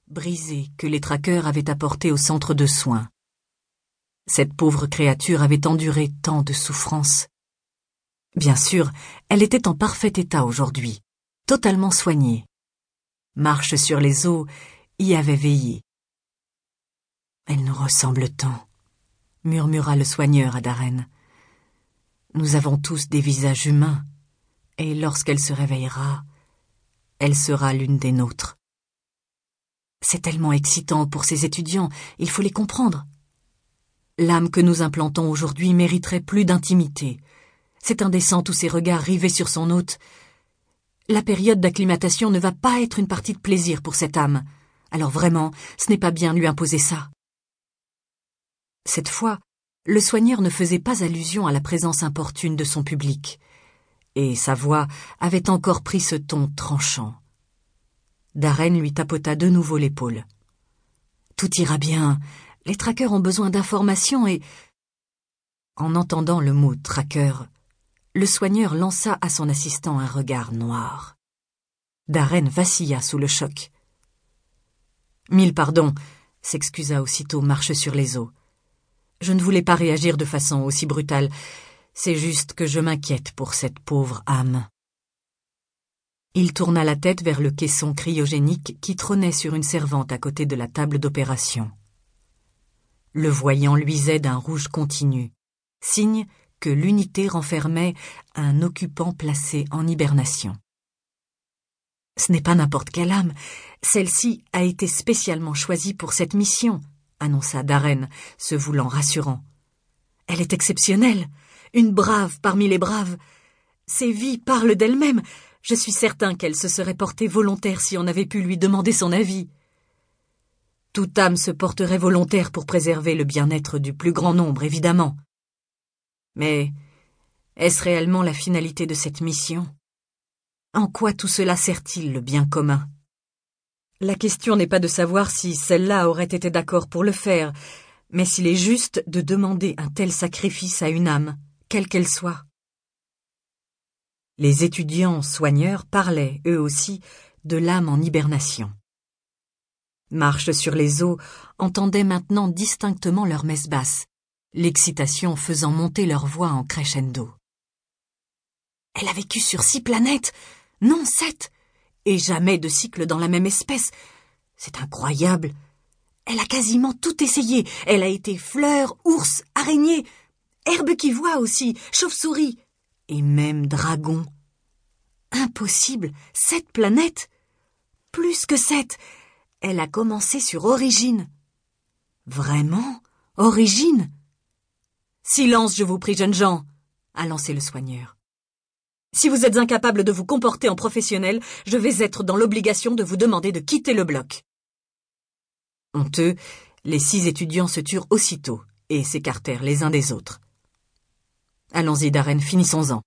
brisée que les traqueurs avaient apportée au centre de soins. Cette pauvre créature avait enduré tant de souffrances. Bien sûr, elle était en parfait état aujourd'hui, totalement soignée. Marche sur les eaux y avait veillé. « Elle nous ressemble tant », murmura le soigneur à Darren. « Nous avons tous des visages humains, et lorsqu'elle se réveillera, elle sera l'une des nôtres. » C'est tellement excitant pour ces étudiants, il faut les comprendre. L'âme que nous implantons aujourd'hui mériterait plus d'intimité. C'est indécent tous ces regards rivés sur son hôte. La période d'acclimatation ne va pas être une partie de plaisir pour cette âme. Alors vraiment, ce n'est pas bien de lui imposer ça. Cette fois, le soigneur ne faisait pas allusion à la présence importune de son public, et sa voix avait encore pris ce ton tranchant. Darren lui tapota de nouveau l'épaule. « Tout ira bien. Les traqueurs ont besoin d'informations et... » En entendant le mot « traqueur », le soigneur lança à son assistant un regard noir. Darren vacilla sous le choc. « Mille pardons », s'excusa aussitôt Marche sur les eaux. « Je ne voulais pas réagir de façon aussi brutale. C'est juste que je m'inquiète pour cette pauvre âme. » Il tourna la tête vers le caisson cryogénique qui trônait sur une servante à côté de la table d'opération. Le voyant luisait d'un rouge continu, signe que l'unité renfermait un occupant placé en hibernation. « Ce n'est pas n'importe quelle âme, celle-ci a été spécialement choisie pour cette mission, » annonça Darren, se voulant rassurant. « Elle est exceptionnelle, une brave parmi les braves. Ses vies parlent d'elle-même. Je suis certain qu'elle se serait portée volontaire si on avait pu lui demander son avis. » Toute âme se porterait volontaire pour préserver le bien-être du plus grand nombre, évidemment. Mais est-ce réellement la finalité de cette mission? En quoi tout cela sert-il le bien commun? La question n'est pas de savoir si celle-là aurait été d'accord pour le faire, mais s'il est juste de demander un tel sacrifice à une âme, quelle qu'elle soit. Les étudiants soigneurs parlaient, eux aussi, de l'âme en hibernation. Marche sur les eaux entendait maintenant distinctement leur messe basse, l'excitation faisant monter leur voix en crescendo. « Elle a vécu sur 6 planètes, non 7, et jamais de cycle dans la même espèce. C'est incroyable. Elle a quasiment tout essayé. Elle a été fleur, ours, araignée, herbe qui voit aussi, chauve-souris, et même dragon. Impossible, 7 planètes. Plus que 7. Elle a commencé sur Origine. Vraiment, Origine? Silence, je vous prie, jeunes gens, a lancé le soigneur. Si vous êtes incapable de vous comporter en professionnel, je vais être dans l'obligation de vous demander de quitter le bloc. Honteux, les 6 étudiants se turent aussitôt et s'écartèrent les uns des autres. Allons-y, Darren, finissons-en.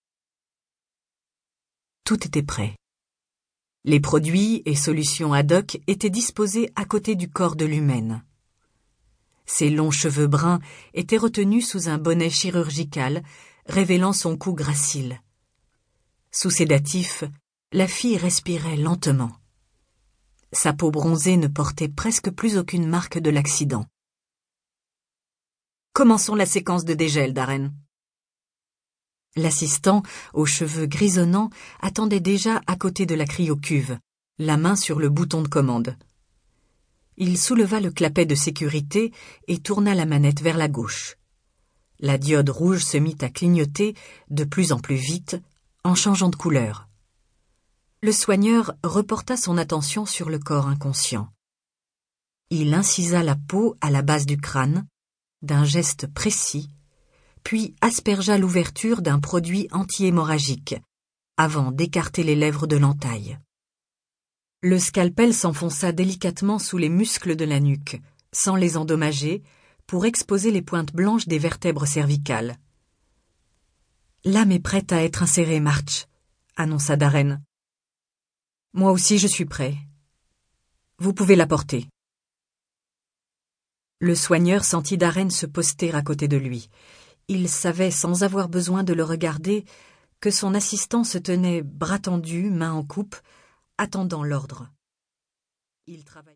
Tout était prêt. Les produits et solutions ad hoc étaient disposés à côté du corps de l'humaine. Ses longs cheveux bruns étaient retenus sous un bonnet chirurgical, révélant son cou gracile. Sous sédatif, la fille respirait lentement. Sa peau bronzée ne portait presque plus aucune marque de l'accident. Commençons la séquence de dégel, Darren. L'assistant, aux cheveux grisonnants, attendait déjà à côté de la cryocuve, la main sur le bouton de commande. Il souleva le clapet de sécurité et tourna la manette vers la gauche. La diode rouge se mit à clignoter de plus en plus vite, en changeant de couleur. Le soigneur reporta son attention sur le corps inconscient. Il incisa la peau à la base du crâne, d'un geste précis, puis aspergea l'ouverture d'un produit anti-hémorragique, avant d'écarter les lèvres de l'entaille. Le scalpel s'enfonça délicatement sous les muscles de la nuque, sans les endommager, pour exposer les pointes blanches des vertèbres cervicales. « L'âme est prête à être insérée, March », annonça Darren. « Moi aussi je suis prêt. Vous pouvez la porter. » Le soigneur sentit Darren se poster à côté de lui. Il savait, sans avoir besoin de le regarder, que son assistant se tenait bras tendus, main en coupe, attendant l'ordre. Il travaillait.